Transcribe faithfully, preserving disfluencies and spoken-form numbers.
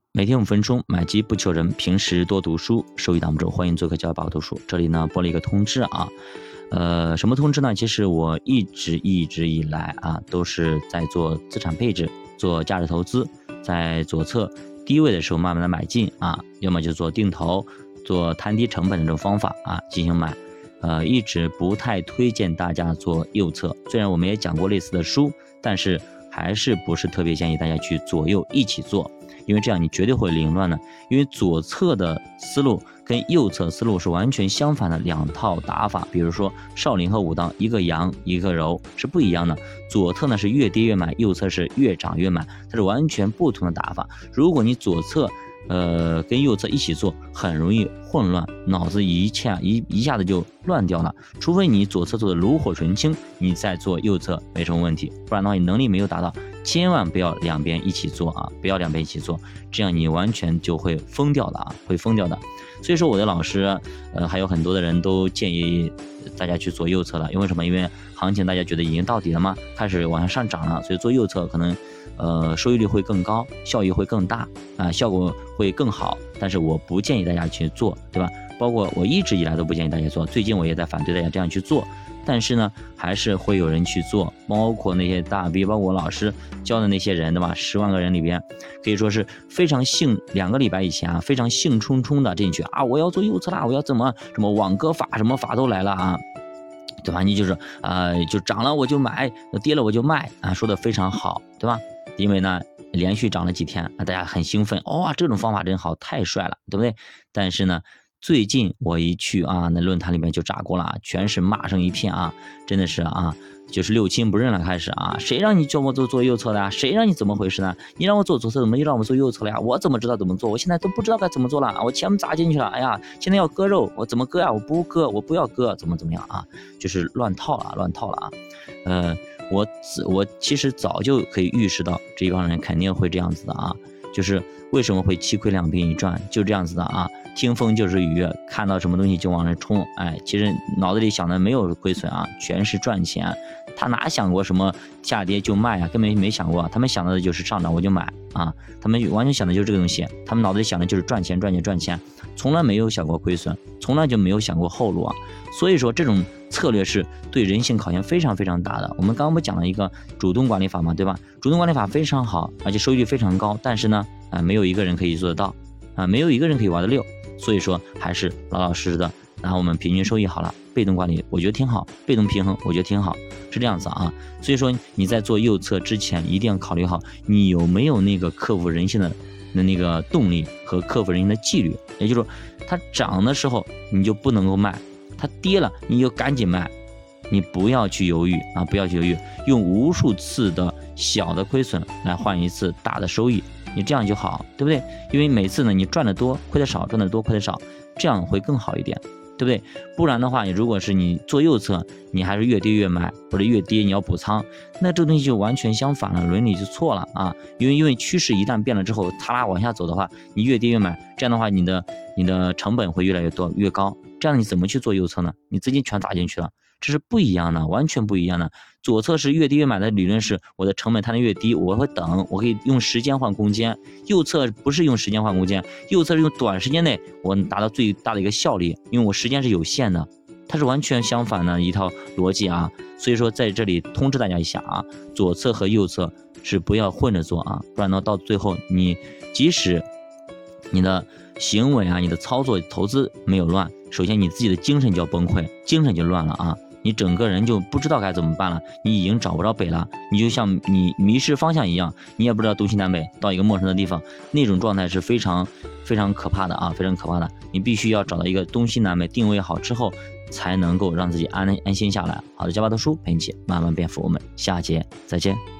每天五分钟，买基不求人，平时多读书，收益挡不住。欢迎做客教育宝读书。这里呢播了一个通知啊，呃，什么通知呢？其实我一直一直以来啊，都是在做资产配置，做价值投资，在左侧低位的时候慢慢的买进啊，要么就做定投，做摊低成本的这种方法啊进行买。呃，一直不太推荐大家做右侧，虽然我们也讲过类似的书，但是还是不是特别建议大家去左右一起做。因为这样你绝对会凌乱的，因为左侧的思路跟右侧思路是完全相反的两套打法。比如说少林和武当，一个阳一个柔是不一样的，左侧呢是越跌越买，右侧是越涨越买，它是完全不同的打法。如果你左侧呃跟右侧一起做，很容易混乱，脑子一下一一下子就乱掉了。除非你左侧做的炉火纯青，你再做右侧没什么问题，不然的话你能力没有达到，千万不要两边一起做啊！不要两边一起做，这样你完全就会疯掉的啊，会疯掉的。所以说我的老师，呃，还有很多的人都建议大家去做右侧了，因为什么？因为行情大家觉得已经到底了吗？开始往上上涨了，所以做右侧可能，呃，收益率会更高，效益会更大啊，效果会更好。但是我不建议大家去做，对吧？包括我一直以来都不建议大家做，最近我也在反对大家这样去做。但是呢，还是会有人去做，包括那些大 V， 包括我老师教的那些人，对吧？十万个人里边，可以说是非常兴，两个礼拜以前啊，非常兴冲冲的进去啊，我要做右侧啦，我要怎么什么网格法，什么法都来了啊，对吧？你就是呃，就涨了我就买，跌了我就卖啊，说的非常好，对吧？因为呢，连续涨了几天啊，大家很兴奋，哇、哦，这种方法真好，太帅了，对不对？但是呢，最近我一去啊，那论坛里面就炸锅了，全是骂声一片啊，真的是啊，就是六亲不认了，开始啊，谁让你叫我做做右侧的呀？谁让你怎么回事呢？你让我做左侧，怎么又让我做右侧了呀？我怎么知道怎么做？我现在都不知道该怎么做了，我钱砸进去了，哎呀，现在要割肉，我怎么割呀？我不割，我不要割，怎么怎么样啊？就是乱套了，乱套了啊，呃，我我其实早就可以预示到这一帮人肯定会这样子的啊，就是为什么会七亏两平一赚，就这样子的啊。听风就是雨，看到什么东西就往上冲，哎，其实脑子里想的没有亏损啊，全是赚钱。他哪想过什么下跌就卖啊，根本没想过，他们想到的就是上涨我就买啊，他们完全想的就是这个东西，他们脑子里想的就是赚钱赚钱赚钱，从来没有想过亏损，从来就没有想过后路啊。所以说这种策略是对人性考验非常非常大的。我们刚刚不讲了一个主动管理法嘛，对吧？主动管理法非常好，而且收益率非常高，但是呢，啊，没有一个人可以做得到啊，没有一个人可以玩得溜。所以说还是老老实实的，然后我们平均收益好了，被动管理我觉得挺好，被动平衡我觉得挺好，是这样子啊。所以说你在做右侧之前一定要考虑好，你有没有那个克服人性的那个动力和克服人性的纪律。也就是说，它涨的时候你就不能够卖，它跌了你就赶紧卖，你不要去犹豫啊，不要去犹豫，用无数次的小的亏损来换一次大的收益。你这样就好，对不对？因为每次呢，你赚的多，亏的少，赚的多，亏的少，这样会更好一点，对不对？不然的话，你如果是你做右侧，你还是越跌越买，或者越跌你要补仓，那这个东西就完全相反了，伦理就错了啊！因为因为趋势一旦变了之后，它拉往下走的话，你越跌越买，这样的话，你的你的成本会越来越多，越高，这样你怎么去做右侧呢？你资金全砸进去了。这是不一样的，完全不一样的。左侧是越跌越买的理论是，我的成本摊得越低，我会等，我可以用时间换空间。右侧不是用时间换空间，右侧是用短时间内我能达到最大的一个效率，因为我时间是有限的，它是完全相反的一套逻辑啊。所以说在这里通知大家一下啊，左侧和右侧是不要混着做啊，不然呢到最后你即使你的行为啊，你的操作投资没有乱，首先你自己的精神就要崩溃，精神就乱了啊。你整个人就不知道该怎么办了，你已经找不着北了，你就像你迷失方向一样，你也不知道东西南北，到一个陌生的地方，那种状态是非常非常可怕的啊，非常可怕的。你必须要找到一个东西南北定位好之后，才能够让自己安安心下来。好的，加巴读书陪你一起慢慢变富，我们下节再见。